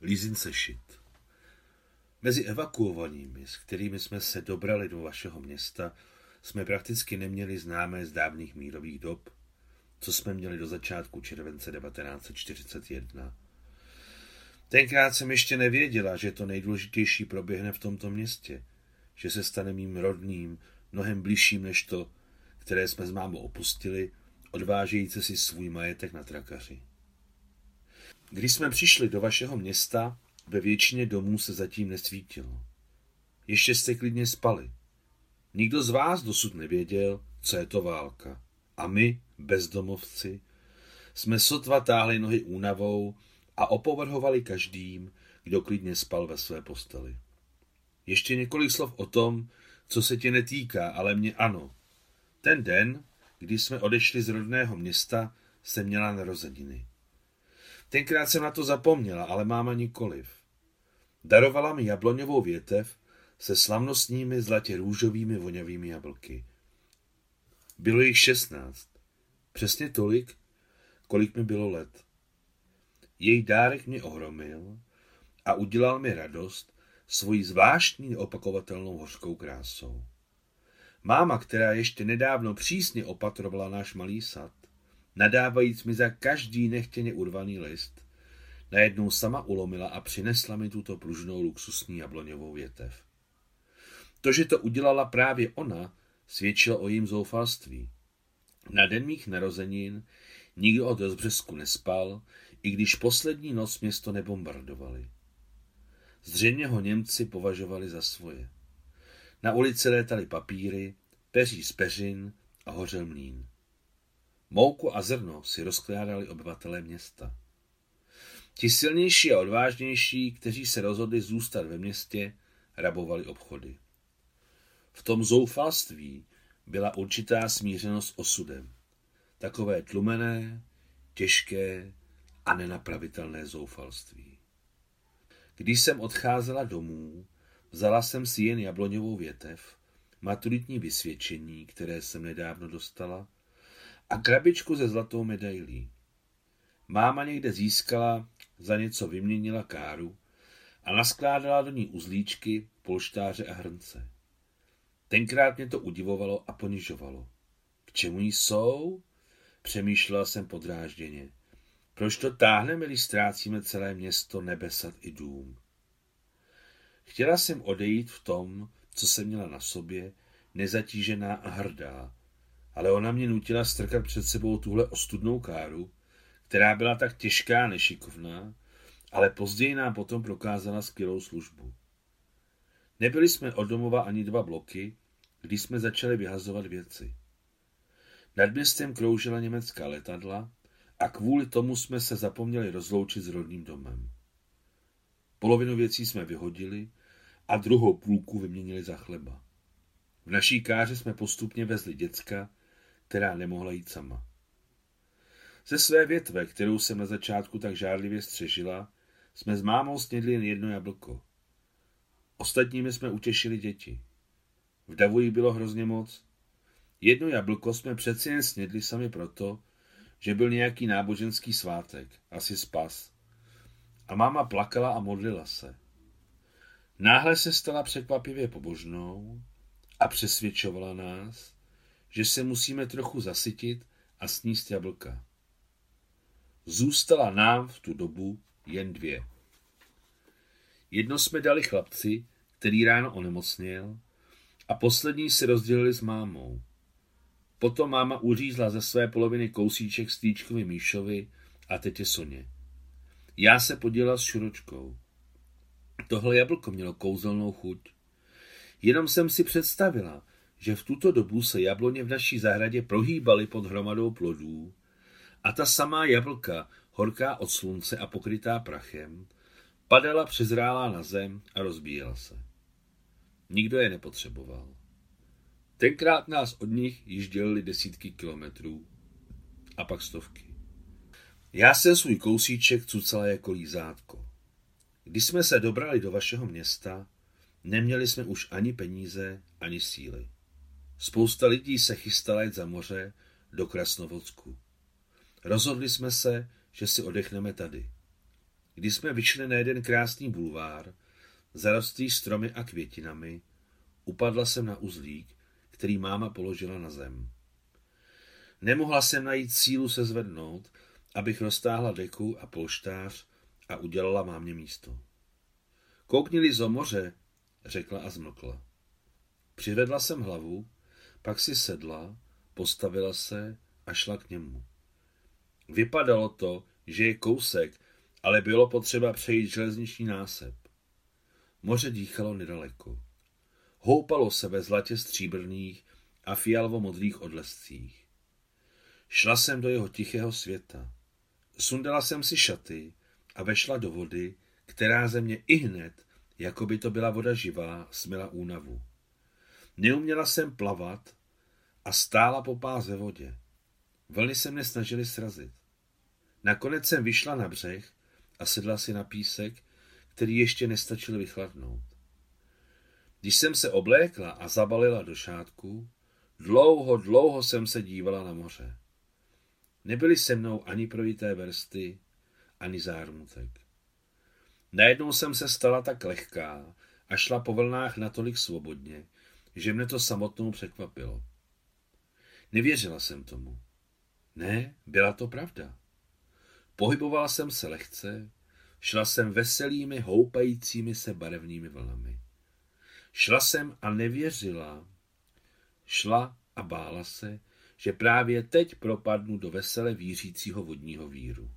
Lízin sešit. Mezi evakuovanými, s kterými jsme se dobrali do vašeho města, jsme prakticky neměli známé z dávných mírových dob, co jsme měli do začátku července 1941. Tenkrát jsem ještě nevěděla, že to nejdůležitější proběhne v tomto městě, že se stane mým rodným, mnohem bližším než to, které jsme s mámou opustili, odvážejíce si svůj majetek na trakaři. Když jsme přišli do vašeho města, ve většině domů se zatím nesvítilo. Ještě jste klidně spali. Nikdo z vás dosud nevěděl, co je to válka. A my, bezdomovci, jsme sotva táhli nohy únavou a opovrhovali každým, kdo klidně spal ve své posteli. Ještě několik slov o tom, co se tě netýká, ale mě ano. Ten den, kdy jsme odešli z rodného města, jsem měla narozeniny. Tenkrát jsem na to zapomněla, ale máma nikoliv. Darovala mi jabloňovou větev se slavnostními zlatě růžovými voňavými jablky. Bylo jich 16. Přesně tolik, kolik mi bylo let. Její dárek mě ohromil a udělal mi radost svojí zvláštní neopakovatelnou hořkou krásou. Máma, která ještě nedávno přísně opatrovala náš malý sad, nadávajíc mi za každý nechtěně urvaný list, najednou sama ulomila a přinesla mi tuto pružnou luxusní jabloňovou větev. To, že to udělala právě ona, svědčilo o jejím zoufalství. Na den mých narozenin nikdo od rozbřesku nespal, i když poslední noc město nebombardovali. Zřejmě ho Němci považovali za svoje. Na ulici létaly papíry, peří z peřin a hořel mlýn. Mouku a zrno si rozkládali obyvatelé města. Ti silnější a odvážnější, kteří se rozhodli zůstat ve městě, rabovali obchody. V tom zoufalství byla určitá smířenost s osudem. Takové tlumené, těžké a nenapravitelné zoufalství. Když jsem odcházela domů, vzala jsem si jen jabloňovou větev, maturitní vysvědčení, které jsem nedávno dostala, a krabičku ze zlatou medailí. Máma někde získala, za něco vyměnila káru a naskládala do ní uzlíčky, polštáře a hrnce. Tenkrát mě to udivovalo a ponižovalo. K čemu jí jsou? Přemýšlela jsem podrážděně. Proč to táhneme, když ztrácíme celé město, nebesat i dům? Chtěla jsem odejít v tom, co jsem měla na sobě, nezatížená a hrdá, ale ona mě nutila strkat před sebou tuhle ostudnou káru, která byla tak těžká a nešikovná, ale později nám potom prokázala skvělou službu. Nebyli jsme od domova ani 2 bloky, když jsme začali vyhazovat věci. Nad městem kroužila německá letadla a kvůli tomu jsme se zapomněli rozloučit s rodným domem. Polovinu věcí jsme vyhodili a druhou půlku vyměnili za chleba. V naší káře jsme postupně vezli děcka, která nemohla jít sama. Ze své větve, kterou jsem na začátku tak žárlivě střežila, jsme s mámou snědli jen 1 jablko. Ostatními jsme utěšili děti. V davu jich bylo hrozně moc. 1 jablko jsme přeci jen snědli sami proto, že byl nějaký náboženský svátek, asi spas. A máma plakala a modlila se. Náhle se stala překvapivě pobožnou a přesvědčovala nás, že se musíme trochu zasytit a sníst jablka. Zůstala nám v tu dobu jen 2. Jedno jsme dali chlapci, který ráno onemocněl, a poslední si rozdělili s mámou. Potom máma uřízla ze své poloviny kousíček Strýčkovi Míšovi a tetě Soně. Já se podělila s Šuročkou. Tohle jablko mělo kouzelnou chuť. Jenom jsem si představila, že v tuto dobu se jabloně v naší zahradě prohýbaly pod hromadou plodů a ta samá jablka, horká od slunce a pokrytá prachem, padala přezrálá na zem a rozbíjela se. Nikdo je nepotřeboval. Tenkrát nás od nich již dělili desítky kilometrů a pak stovky. Já jsem svůj kousíček cucala jako lízátko. Když jsme se dobrali do vašeho města, neměli jsme už ani peníze, ani síly. Spousta lidí se chystala jít za moře do Krasnovodsku. Rozhodli jsme se, že si oddechneme tady. když jsme vyšli na jeden krásný bulvár, zarostlý stromy a květinami, upadla jsem na uzlík, který máma položila na zem. Nemohla jsem najít sílu se zvednout, abych roztáhla deku a polštář a udělala mámě místo. Koukni, Lizo, moře, řekla a zmlkla. Přivedla jsem hlavu, pak si sedla, postavila se a šla k němu. Vypadalo to, že je kousek, ale bylo potřeba přejít železniční násep. Moře dýchalo nedaleko. Houpalo se ve zlatě stříbrných a fialovo-modrých odlescích. Šla jsem do jeho tichého světa. Sundala jsem si šaty a vešla do vody, která ze mě ihned, jako by to byla voda živá, smyla únavu. Neuměla jsem plavat a stála po pás ve vodě. Vlny se mě snažily srazit. Nakonec jsem vyšla na břeh a sedla si na písek, který ještě nestačil vychladnout. Když jsem se oblékla a zabalila do šátku, dlouho jsem se dívala na moře. Nebyly se mnou ani projité versty, ani zármutek. Najednou jsem se stala tak lehká a šla po vlnách natolik svobodně, že mne to samotnou překvapilo. Nevěřila jsem tomu. Ne, byla to pravda. Pohybovala jsem se lehce, šla jsem veselými, houpajícími se barevnými vlnami. Šla jsem a nevěřila. Šla a bála se, že právě teď propadnu do vesele vířícího vodního víru.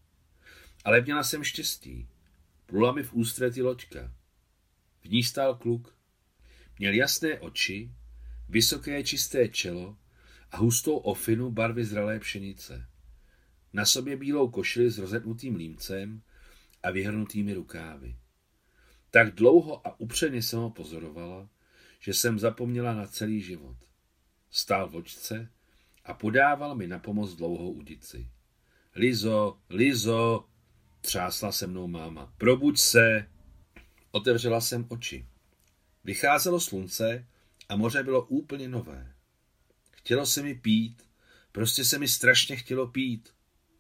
Ale měla jsem štěstí. Plula mi v ústrety loďka. V ní stál kluk. Měl jasné oči, vysoké čisté čelo a hustou ofinu barvy zralé pšenice. Na sobě bílou košili s rozetnutým límcem a vyhrnutými rukávy. Tak dlouho a upřeně jsem ho pozorovala, že jsem zapomněla na celý život. Stál v loďce a podával mi na pomoc dlouhou udici. Lizo, Lizo, třásla se mnou máma. Probuď se. Otevřela jsem oči. Vycházelo slunce a moře bylo úplně nové. Chtělo se mi pít, prostě se mi strašně chtělo pít.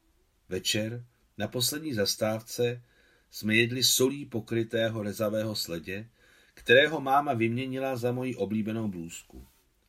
Večer, na poslední zastávce, jsme jedli solí pokrytého rezavého sledě, kterého máma vyměnila za moji oblíbenou blůzku.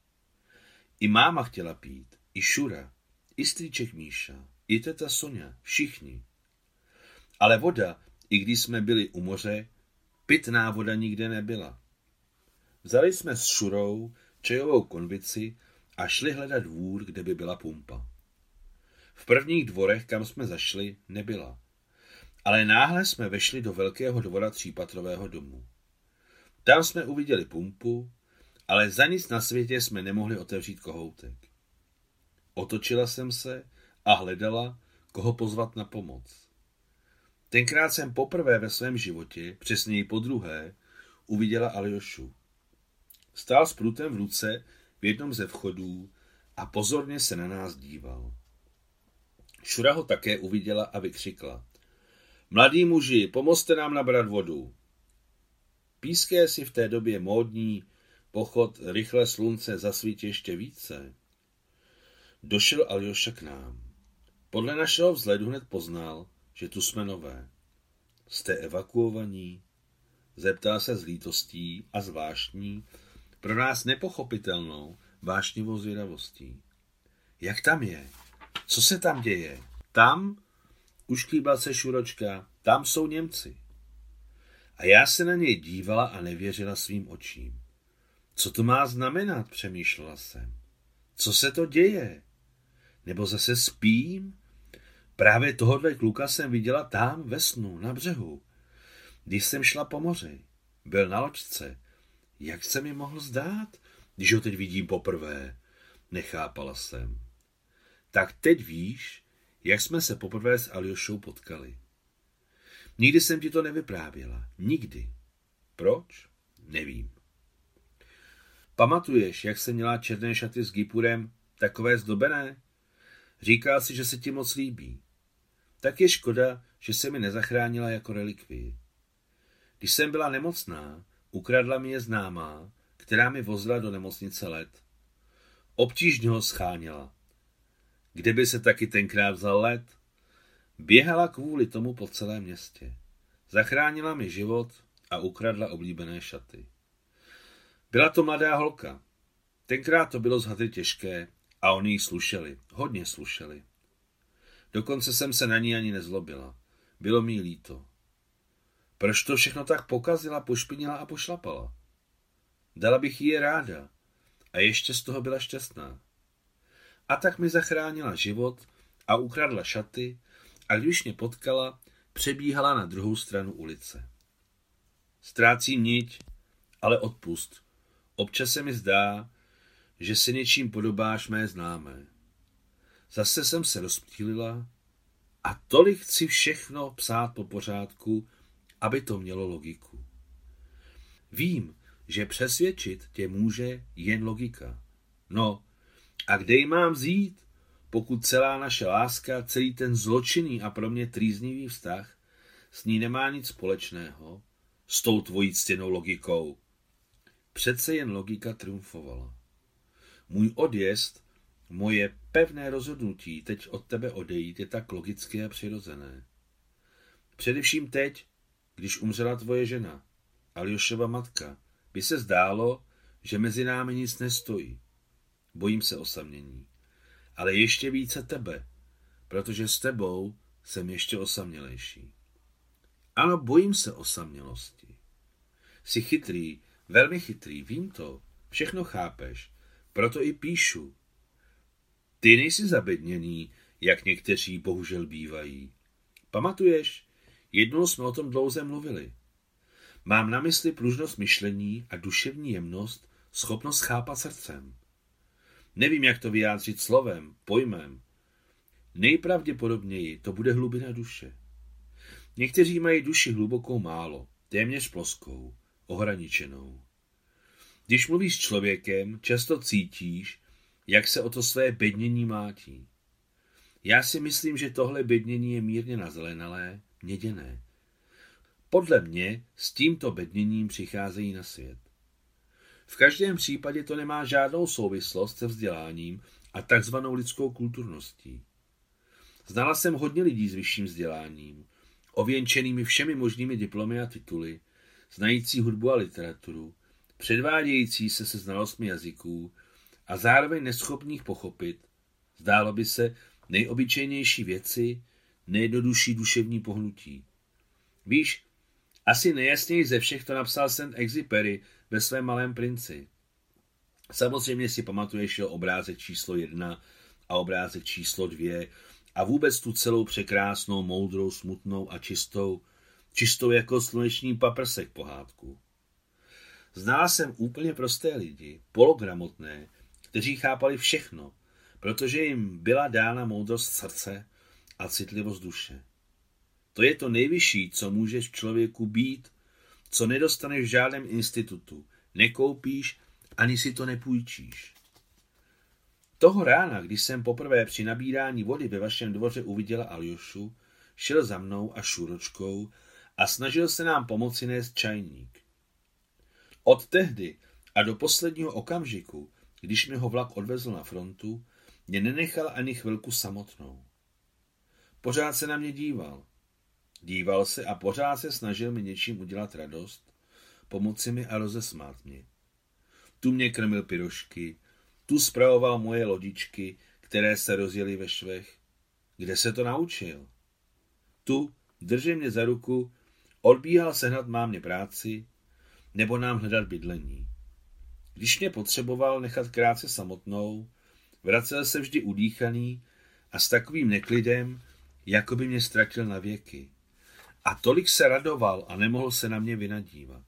I máma chtěla pít, i Šura, i strýček Míša, i teta Soňa, všichni. Ale voda, i když jsme byli u moře, pitná voda nikde nebyla. Vzali jsme s Šurou čajovou konvici a šli hledat dvůr, kde by byla pumpa. V prvních dvorech, kam jsme zašli, nebyla. Ale náhle jsme vešli do velkého dvora třípatrového domu. Tam jsme uviděli pumpu, ale za nic na světě jsme nemohli otevřít kohoutek. Otočila jsem se a hledala, koho pozvat na pomoc. Tenkrát jsem poprvé ve svém životě, přesněji podruhé, uviděla Aljošu. Stál s prutem v ruce v jednom ze vchodů a pozorně se na nás díval. Šura ho také uviděla a vykřikla. Mladí muži, pomozte nám nabrat vodu. Píské si v té době módní pochod rychle slunce zasvítí ještě více. Došel Aljoša k nám. Podle našeho vzhledu hned poznal, že tu jsme nové. Jste evakuovaní? Zeptal se s lítostí a zvláštní, pro nás nepochopitelnou, vášnivou zvědavostí. Jak tam je? Co se tam děje? Tam? Ušklíbla se Šuročka. Tam jsou Němci. A já se na něj dívala a nevěřila svým očím. Co to má znamenat, přemýšlela jsem. Co se to děje? Nebo zase spím? Právě tohodle kluka jsem viděla tam ve snu, na břehu. Když jsem šla po moři, byl na loďce. Jak se mi mohl zdát, když ho teď vidím poprvé? Nechápala jsem. Tak teď víš, jak jsme se poprvé s Aljošou potkali. Nikdy jsem ti to nevyprávěla. Nikdy. Proč? Nevím. Pamatuješ, jak jsem měla černé šaty s gipurem, takové zdobené? Říkal si, že se ti moc líbí. Tak je škoda, že se mi nezachránila jako relikvii. Když jsem byla nemocná, ukradla mi je známá, která mi vozila do nemocnice Let. Obtížně ho scháněla. Kde by se taky tenkrát vzal Let? Běhala kvůli tomu po celém městě. Zachránila mi život a ukradla oblíbené šaty. Byla to mladá holka. Tenkrát to bylo z hadry těžké a oni jí slušeli, hodně slušeli. Dokonce jsem se na ní ani nezlobila. Bylo mi líto. Proč to všechno tak pokazila, pošpinila a pošlapala? Dala bych jí ráda a ještě z toho byla šťastná. A tak mi zachránila život a ukradla šaty a když mě potkala, přebíhala na druhou stranu ulice. Ztrácím niť, ale odpust. Občas se mi zdá, že se něčím podobáš mé známé. Zase jsem se rozptýlila a tolik chci všechno psát po pořádku, aby to mělo logiku. Vím, že přesvědčit tě může jen logika. No, a kde ji mám vzít, pokud celá naše láska, celý ten zločinný a pro mě trýznivý vztah s ní nemá nic společného s tou tvojí ctěnou logikou? Přece jen logika triumfovala. Můj odjezd, moje pevné rozhodnutí teď od tebe odejít je tak logické a přirozené. Především teď, když umřela tvoje žena, Aljošova matka, by se zdálo, že mezi námi nic nestojí. Bojím se osamění. Ale ještě více tebe, protože s tebou jsem ještě osamělejší. Ano, bojím se osamělosti. Jsi chytrý, velmi chytrý, vím to, všechno chápeš, proto i píšu. Ty nejsi zabedněný, jak někteří bohužel bývají. Pamatuješ, jednou jsme o tom dlouze mluvili. Mám na mysli pružnost myšlení a duševní jemnost, schopnost chápat srdcem. Nevím, jak to vyjádřit slovem, pojmem. Nejpravděpodobněji to bude hlubina duše. Někteří mají duši hlubokou málo, téměř ploskou, ohraničenou. Když mluvíš s člověkem, často cítíš, jak se o to své bednění mátí. Já si myslím, že tohle bednění je mírně nazelenalé, měděné. Podle mě s tímto bedněním přicházejí na svět. V každém případě to nemá žádnou souvislost se vzděláním a takzvanou lidskou kulturností. Znala jsem hodně lidí s vyšším vzděláním, ověnčenými všemi možnými diplomy a tituly, znající hudbu a literaturu, předvádějící se znalostmi jazyků a zároveň neschopných pochopit, zdálo by se, nejobyčejnější věci, nejjednodušší duševní pohnutí. Víš, asi nejjasněji ze všech to napsal Saint-Exupéry ve svém Malém princi. Samozřejmě si pamatuješ jeho obrázek číslo 1 a obrázek číslo 2 a vůbec tu celou překrásnou, moudrou, smutnou a čistou jako sluneční paprsek pohádku. Znala jsem úplně prosté lidi, pologramotné, kteří chápali všechno, protože jim byla dána moudrost srdce a citlivost duše. To je to nejvyšší, co můžeš v člověku být, co nedostaneš v žádném institutu, nekoupíš, ani si to nepůjčíš. Toho rána, když jsem poprvé při nabírání vody ve vašem dvoře uviděla Aljošu, šel za mnou a Šůročkou a snažil se nám pomoci nést čajník. Od tehdy a do posledního okamžiku, když mi ho vlak odvezl na frontu, mě nenechal ani chvilku samotnou. Pořád se na mě díval. Díval se a pořád se snažil mi něčím udělat radost, pomoci mi a rozesmát mě. Tu mě krmil pyrošky, tu spravoval moje lodičky, které se rozjely ve švech. Kde se to naučil? Tu, držel mě za ruku, odbíhal sehnat mámě práci nebo nám hledat bydlení. Když mě potřeboval nechat krátce samotnou, vracel se vždy udýchaný a s takovým neklidem, jako by mě ztratil na věky. A tolik se radoval a nemohl se na mě vynadívat.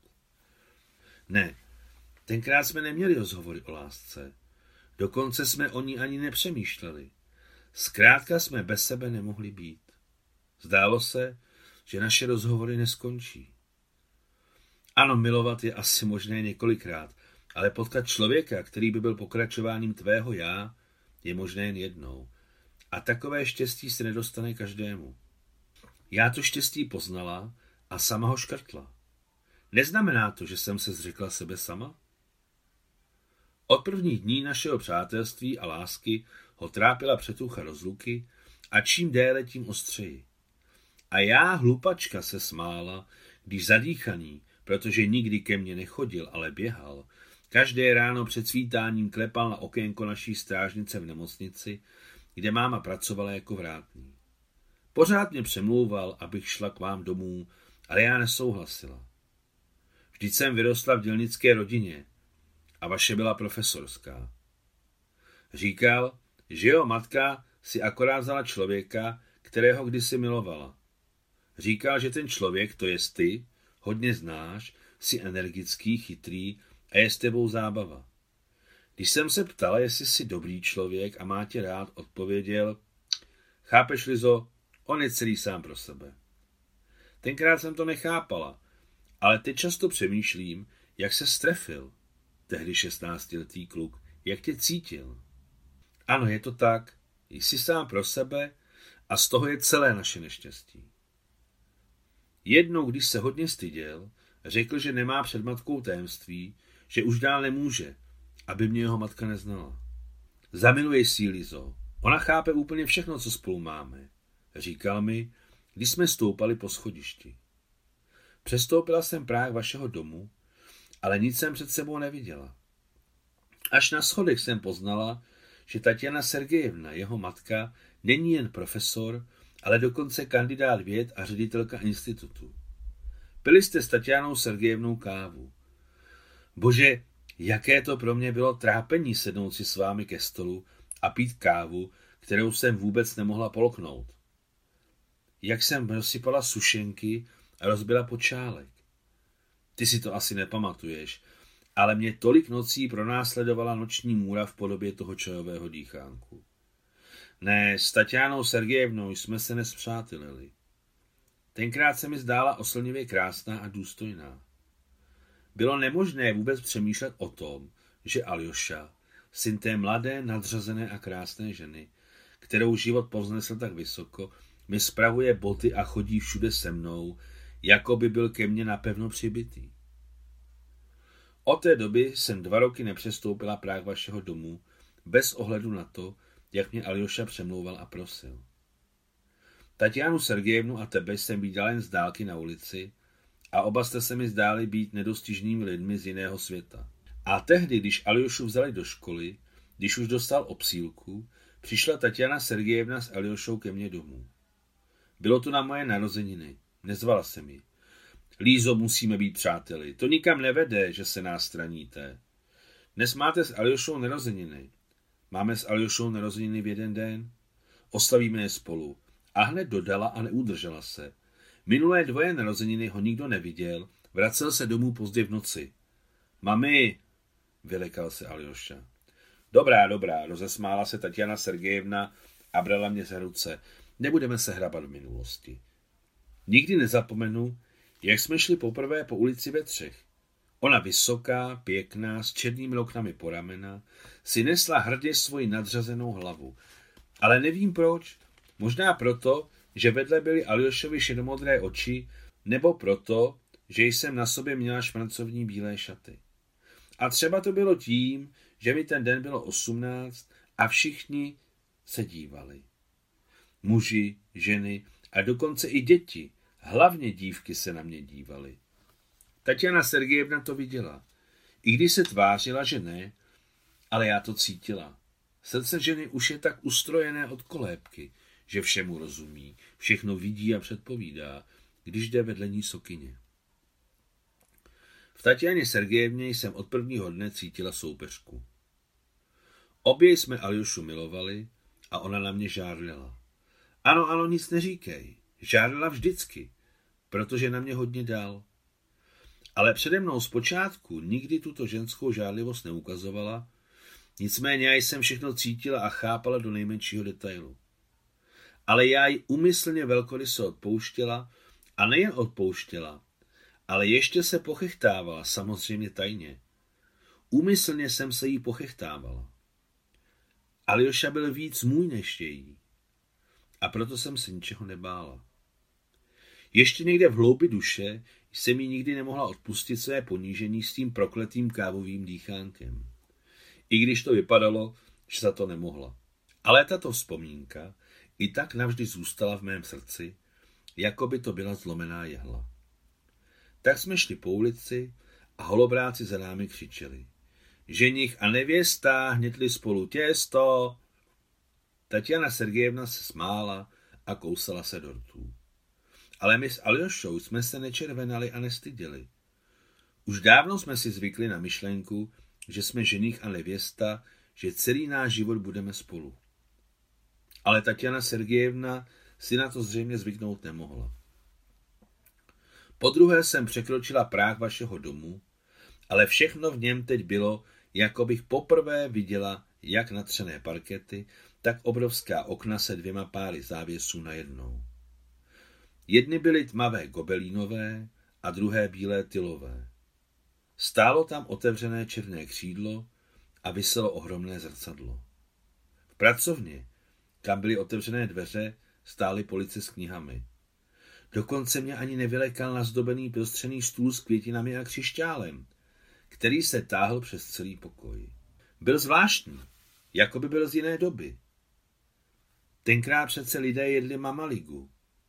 Ne, tenkrát jsme neměli rozhovory o lásce. Dokonce jsme o ní ani nepřemýšleli. Zkrátka jsme bez sebe nemohli být. Zdálo se, že naše rozhovory neskončí. Ano, milovat je asi možné několikrát, ale potkat člověka, který by byl pokračováním tvého já, je možné jen jednou. A takové štěstí se nedostane každému. Já to štěstí poznala a sama ho škrtla. Neznamená to, že jsem se zřekla sebe sama? Od prvních dní našeho přátelství a lásky ho trápila přetucha rozluky a čím déle, tím ostřeji. A já, hlupačka, se smála, když zadýchaný, protože nikdy ke mně nechodil, ale běhal, každé ráno před svítáním klepal na okénko naší strážnice v nemocnici, kde máma pracovala jako vrátný. Pořád mě přemlouval, abych šla k vám domů, ale já nesouhlasila. Vždyť jsem vyrostla v dělnické rodině a vaše byla profesorská. Říkal, že jeho matka si akorát vzala člověka, kterého kdysi milovala. Říkal, že ten člověk, to jest ty, hodně znáš, jsi energický, chytrý a je s tebou zábava. Když jsem se ptala, jestli jsi dobrý člověk a má tě rád, odpověděl, chápeš, Lizo, on je celý sám pro sebe. Tenkrát jsem to nechápala, ale teď často přemýšlím, jak se strefil, tehdy 16letý kluk, jak tě cítil. Ano, je to tak, jsi sám pro sebe a z toho je celé naše neštěstí. Jednou, když se hodně styděl, řekl, že nemá před matkou tajemství, že už dál nemůže, aby mě jeho matka neznala. Zamiluješ si, Lizo, ona chápe úplně všechno, co spolu máme, říkal mi, když jsme stoupali po schodišti. Přestoupila jsem práh vašeho domu, ale nic jsem před sebou neviděla. Až na schodech jsem poznala, že Tatiana Sergejevna, jeho matka, není jen profesor, ale dokonce kandidát věd a ředitelka institutu. Pili jste s Tatianou Sergejevnou kávu. Bože, jaké to pro mě bylo trápení sednout si s vámi ke stolu a pít kávu, kterou jsem vůbec nemohla polknout. Jak jsem rozsypala sušenky a rozbila počálek. Ty si to asi nepamatuješ, ale mě tolik nocí pronásledovala noční můra v podobě toho čajového dýchánku. Ne, s Tatianou Sergejevnou jsme se nespřátelili. Tenkrát se mi zdála oslnivě krásná a důstojná. Bylo nemožné vůbec přemýšlet o tom, že Aljoša, syn té mladé, nadřazené a krásné ženy, kterou život povznesl tak vysoko, mi spravuje boty a chodí všude se mnou, jako by byl ke mně napevno přibitý. Od té doby jsem 2 roky nepřestoupila práh vašeho domu, bez ohledu na to, jak mě Aljoša přemlouval a prosil. Tatianu Sergejevnu a tebe jsem viděla jen z dálky na ulici a oba jste se mi zdáli být nedostižnými lidmi z jiného světa. A tehdy, když Aljošu vzali do školy, když už dostal obsílku, přišla Tatiana Sergejevna s Aljošou ke mně domů. Bylo to na moje narozeniny, nezvala se mi. Lízo, musíme být přáteli, to nikam nevede, že se nás straníte. Dnes máte s Aljošou narozeniny. Máme s Aljošou narozeniny v jeden den? Oslavíme je spolu. A hned dodala a neudržela se. Minulé 2 narozeniny ho nikdo neviděl, vracel se domů pozdě v noci. Mami, vylekal se Aljoša. Dobrá, rozesmála se Tatiana Sergejevna a brala mě za ruce. Nebudeme se hrabat v minulosti. Nikdy nezapomenu, jak jsme šli poprvé po ulici ve 3. Ona vysoká, pěkná, s černými loknami po ramena, si nesla hrdě svoji nadřazenou hlavu. Ale nevím proč, možná proto, že vedle byly Aljošovi šedomodré oči, nebo proto, že jsem na sobě měla šmrncovní bílé šaty. A třeba to bylo tím, že mi ten den bylo 18 a všichni se dívali. Muži, ženy a dokonce i děti, hlavně dívky se na mě dívaly. Tatiana Sergejevna to viděla, i když se tvářila, že ne, ale já to cítila. Srdce ženy už je tak ustrojené od kolébky, že všemu rozumí, všechno vidí a předpovídá, když jde vedle ní sokyně. V Tatianě Sergejevně jsem od prvního dne cítila soupeřku. Obě jsme Aljošu milovali a ona na mě žárlila. Ano, nic neříkej. Žárlila vždycky, protože na mě hodně dal. Ale přede mnou zpočátku nikdy tuto ženskou žárlivost neukazovala, nicméně já jsem všechno cítila a chápala do nejmenšího detailu. Ale já ji úmyslně velkoryse odpouštěla a nejen odpouštěla, ale ještě se pochechtávala, samozřejmě tajně. Úmyslně jsem se jí pochechtávala. Aljoša byl víc můj než její. A proto jsem se ničeho nebála. Ještě někde v hloubi duše jsem jí nikdy nemohla odpustit své ponížení s tím prokletým kávovým dýchánkem. I když to vypadalo, že za to nemohla. Ale tato vzpomínka i tak navždy zůstala v mém srdci jako by to byla zlomená jehla. Tak jsme šli po ulici a holobráci za námi křičeli. Ženich a nevěsta hnětli spolu těsto. Tatiana Sergejevna se smála a kousala se dortů. Ale my s Aljošou jsme se nečervenali a nestyděli. Už dávno jsme si zvykli na myšlenku, že jsme ženich a nevěsta, že celý náš život budeme spolu. Ale Tatiana Sergejevna si na to zřejmě zvyknout nemohla. Podruhé jsem překročila práh vašeho domu, ale všechno v něm teď bylo, jako bych poprvé viděla jak natřené parkety, tak obrovská okna se 2 páry závěsů najednou. Jedny byly tmavé gobelínové a druhé bílé tylové. Stálo tam otevřené černé křídlo a viselo ohromné zrcadlo. V pracovně, kam byly otevřené dveře, stály polici s knihami. Dokonce mě ani nevylekal nazdobený prostřený stůl s květinami a křišťálem, který se táhl přes celý pokoj. Byl zvláštní, jako by byl z jiné doby. Tenkrát přece lidé jedli mamaligu.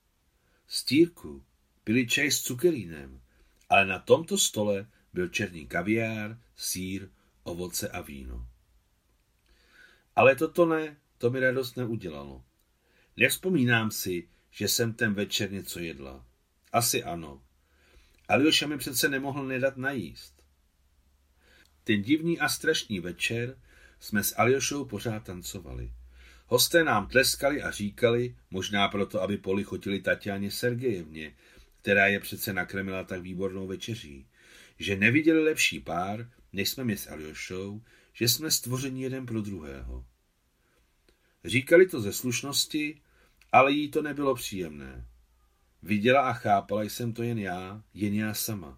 Stírku, pili čaj s cukerínem, ale na tomto stole byl černý kaviár, sýr, ovoce a víno. Ale toto ne, to mi radost neudělalo. Nevzpomínám si, že jsem ten večer něco jedla. Asi ano. Aljoša mi přece nemohl nedat najíst. Ten divný a strašný večer jsme s Aljošou pořád tancovali. Hosté nám tleskali a říkali, možná proto, aby polichotili Tatianě Sergejevně, která je přece nakrmila tak výbornou večeří, že neviděli lepší pár, než jsme my s Aljošou, že jsme stvořeni jeden pro druhého. Říkali to ze slušnosti, ale jí to nebylo příjemné. Viděla a chápala jsem to jen já sama.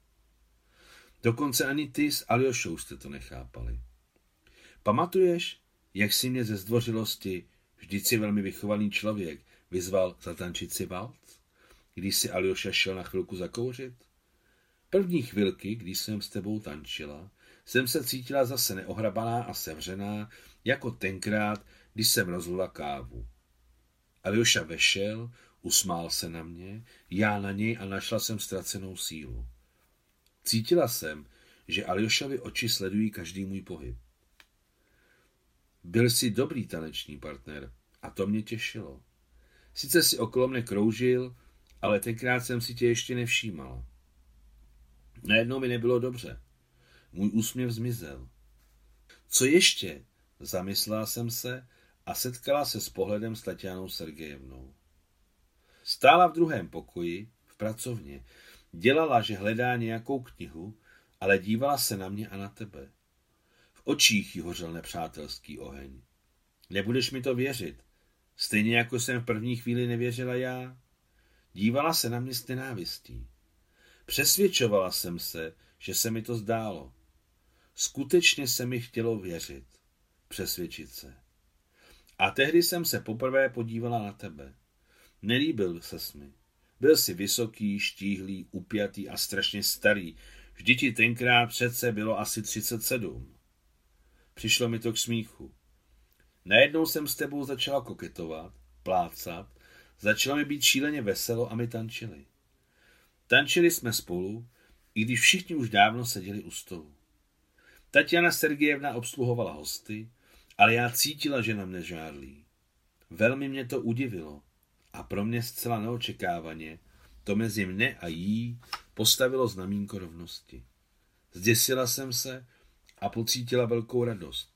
Dokonce ani ty s Aljošou jste to nechápali. Pamatuješ, jak si mě ze zdvořilosti, vždyť si velmi vychovaný člověk, vyzval zatančit si valc, když si Aljoša šel na chvilku zakouřit? První chvilky, když jsem s tebou tančila, jsem se cítila zase neohrabaná a sevřená, jako tenkrát, když jsem rozlila kávu. Aljoša vešel, usmál se na mě, já na něj a našla jsem ztracenou sílu. Cítila jsem, že Aljošovi oči sledují každý můj pohyb. Byl jsi dobrý taneční partner a to mě těšilo. Sice si okolo mne kroužil, ale tenkrát jsem si tě ještě nevšímala. Najednou mi nebylo dobře. Můj úsměv zmizel. Co ještě? Zamyslela jsem se a setkala se s pohledem s Tatianou Sergejevnou. Stála v druhém pokoji, v pracovně. Dělala, že hledá nějakou knihu, ale dívala se na mě a na tebe. V očích jí hořel nepřátelský oheň. Nebudeš mi to věřit, stejně jako jsem v první chvíli nevěřila já. Dívala se na mě s nenávistí. Přesvědčovala jsem se, že se mi to zdálo. Skutečně se mi chtělo věřit, přesvědčit se. A tehdy jsem se poprvé podívala na tebe. Nelíbil ses mi. Byl jsi vysoký, štíhlý, upjatý a strašně starý. Vždyť ti tenkrát přece bylo asi 37. Přišlo mi to k smíchu. Najednou jsem s tebou začala koketovat, plácat, začalo mi být šíleně veselo a my tančili. Tančili jsme spolu, i když všichni už dávno seděli u stolu. Tatiana Sergejevna obsluhovala hosty, ale já cítila, že na mne žárlí. Velmi mě to udivilo a pro mě zcela neočekávaně to mezi mne a jí postavilo znamínko rovnosti. Zděsila jsem se a pocítila velkou radost.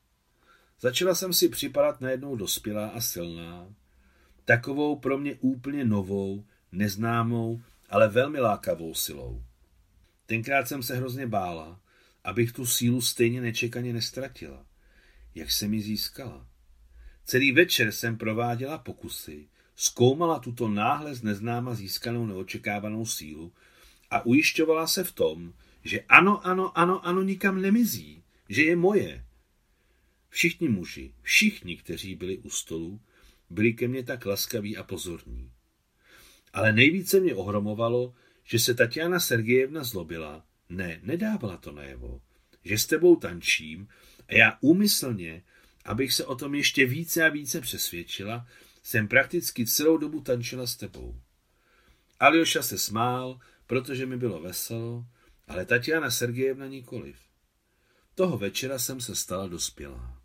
Začala jsem si připadat najednou dospělá a silná, takovou pro mě úplně novou, neznámou, ale velmi lákavou silou. Tenkrát jsem se hrozně bála, abych tu sílu stejně nečekaně nestratila. Jak jsem ji získala? Celý večer jsem prováděla pokusy, zkoumala tuto náhle z neznáma získanou neočekávanou sílu a ujišťovala se v tom, že ano, nikam nemizí, že je moje. Všichni muži, všichni, kteří byli u stolu, byli ke mně tak laskaví a pozorní. Ale nejvíce mě ohromovalo, že se Tatiana Sergejevna zlobila, nedávala to najevo, že s tebou tančím a já úmyslně, abych se o tom ještě více a více přesvědčila, jsem prakticky celou dobu tančila s tebou. Aljoša se smál, protože mi bylo veselo, ale Tatiana Sergejevna nikoliv. Toho večera jsem se stala dospělá.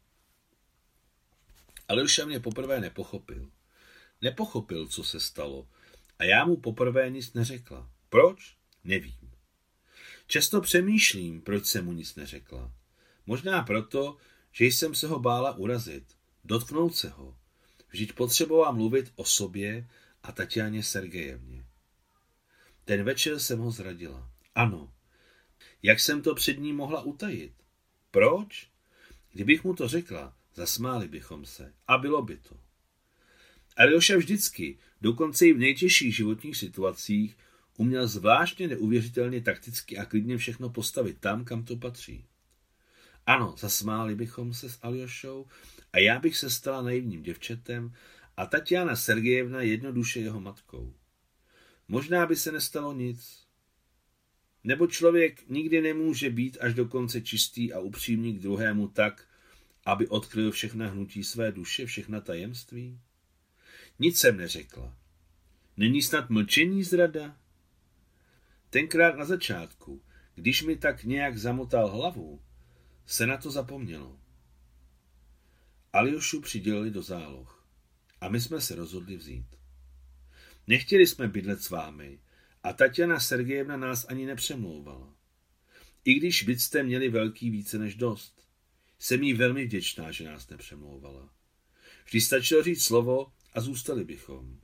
Aljoša mě poprvé nepochopil. Nepochopil, co se stalo, a já mu poprvé nic neřekla. Proč? Nevím. Často přemýšlím, proč jsem mu nic neřekla. Možná proto, že jsem se ho bála urazit, dotknout se ho. Vždyť potřebovala mluvit o sobě a Tatianě Sergejevně. Ten večer jsem ho zradila. Ano. Jak jsem to před ním mohla utajit? Proč? Kdybych mu to řekla, zasmáli bychom se. A bylo by to. Aljoša vždycky, dokonce i v nejtěžších životních situacích, uměl zvláštně neuvěřitelně takticky a klidně všechno postavit tam, kam to patří. Ano, zasmáli bychom se s Aljošou a já bych se stala naivním děvčetem a Tatiana Sergejevna jednoduše jeho matkou. Možná by se nestalo nic. Nebo člověk nikdy nemůže být až do konce čistý a upřímný k druhému tak, aby odkryl všechna hnutí své duše, všechna tajemství? Nic jsem neřekla. Není snad mlčení zrada? Tenkrát na začátku, když mi tak nějak zamotal hlavu, se na to zapomnělo. Aljošu přidělili do záloh a my jsme se rozhodli vzít. Nechtěli jsme bydlet s vámi a Tatiana Sergejevna nás ani nepřemlouvala. I když byt jste měli velký více než dost. Jsem jí velmi vděčná, že nás nepřemlouvala. Vždy stačilo říct slovo a zůstali bychom.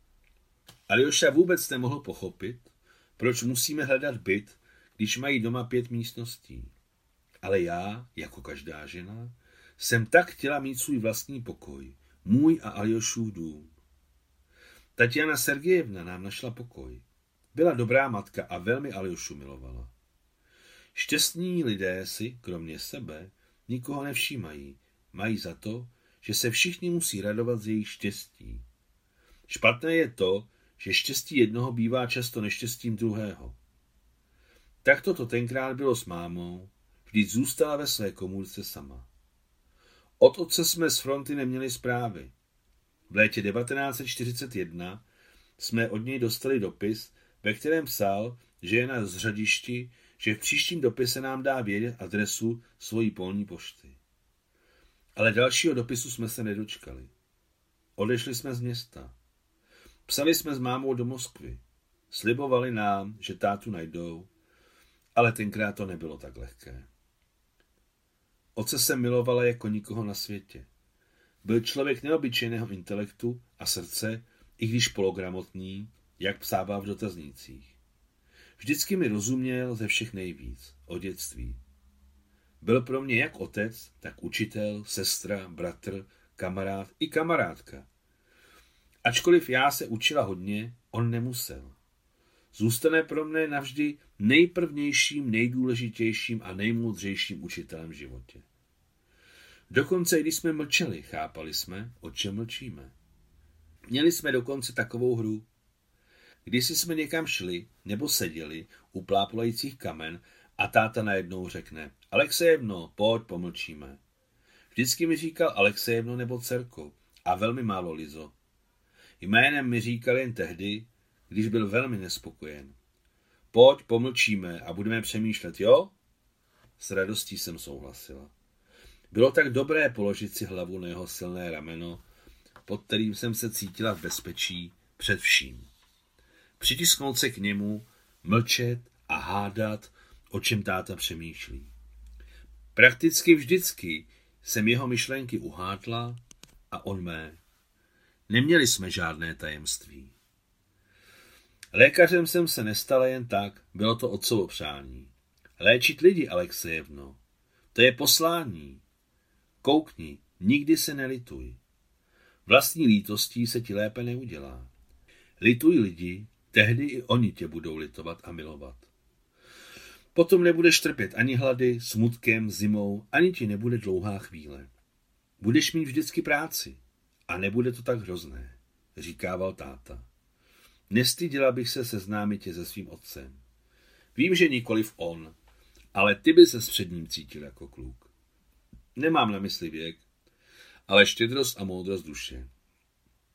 Aljoša vůbec nemohl pochopit, proč musíme hledat byt, když mají doma 5 místností. Ale já, jako každá žena, jsem tak chtěla mít svůj vlastní pokoj, můj a Aljošův dům. Tatiana Sergejevna nám našla pokoj. Byla dobrá matka a velmi Aljošu milovala. Šťastní lidé si, kromě sebe, nikoho nevšímají. Mají za to, že se všichni musí radovat z jejich štěstí. Špatné je to, že štěstí jednoho bývá často neštěstím druhého. Takto to tenkrát bylo s mámou, vždyť zůstala ve své komůrce sama. Od otce jsme z fronty neměli zprávy. V létě 1941 jsme od něj dostali dopis, ve kterém psal, že je na zřadišti, že v příštím dopise nám dá vědět adresu svojí polní pošty. Ale dalšího dopisu jsme se nedočkali. Odešli jsme z města. Psali jsme s mámou do Moskvy. Slibovali nám, že tátu najdou, ale tenkrát to nebylo tak lehké. Otce jsem milovala jako nikoho na světě. Byl člověk neobyčejného intelektu a srdce, i když pologramotný, jak psává v dotaznících. Vždycky mi rozuměl ze všech nejvíc, od dětství. Byl pro mě jak otec, tak učitel, sestra, bratr, kamarád i kamarádka. Ačkoliv já se učila hodně, on nemusel. Zůstane pro mne navždy nejprvnějším, nejdůležitějším a nejmoudřejším učitelem v životě. Dokonce, když jsme mlčeli, chápali jsme, o čem mlčíme. Měli jsme dokonce takovou hru. Když jsme někam šli nebo seděli u plápolajících kamen a táta najednou řekne: Alexejevno, pojď, pomlčíme. Vždycky mi říkal Alexejevno nebo dcerko a velmi málo Lizo. Jménem mi říkal jen tehdy, když byl velmi nespokojen. Pojď, pomlčíme a budeme přemýšlet, jo? S radostí jsem souhlasila. Bylo tak dobré položit si hlavu na jeho silné rameno, pod kterým jsem se cítila v bezpečí před vším. Přitisknout se k němu, mlčet a hádat, o čem táta přemýšlí. Prakticky vždycky jsem jeho myšlenky uhádla a on mé. Neměli jsme žádné tajemství. Lékařem jsem se nestala jen tak, bylo to otcovo přání. Léčit lidi, Alexejevno, to je poslání. Koukni, nikdy se nelituj. Vlastní lítostí se ti lépe neudělá. Lituj lidi, tehdy i oni tě budou litovat a milovat. Potom nebudeš trpět ani hlady, smutkem, zimou, ani ti nebude dlouhá chvíle. Budeš mít vždycky práci a nebude to tak hrozné, říkával táta. Nestyděla bych se seznámit tě se svým otcem. Vím, že nikoliv on, ale ty by se před ním cítil jako kluk. Nemám na mysli věk, ale štědrost a moudrost duše.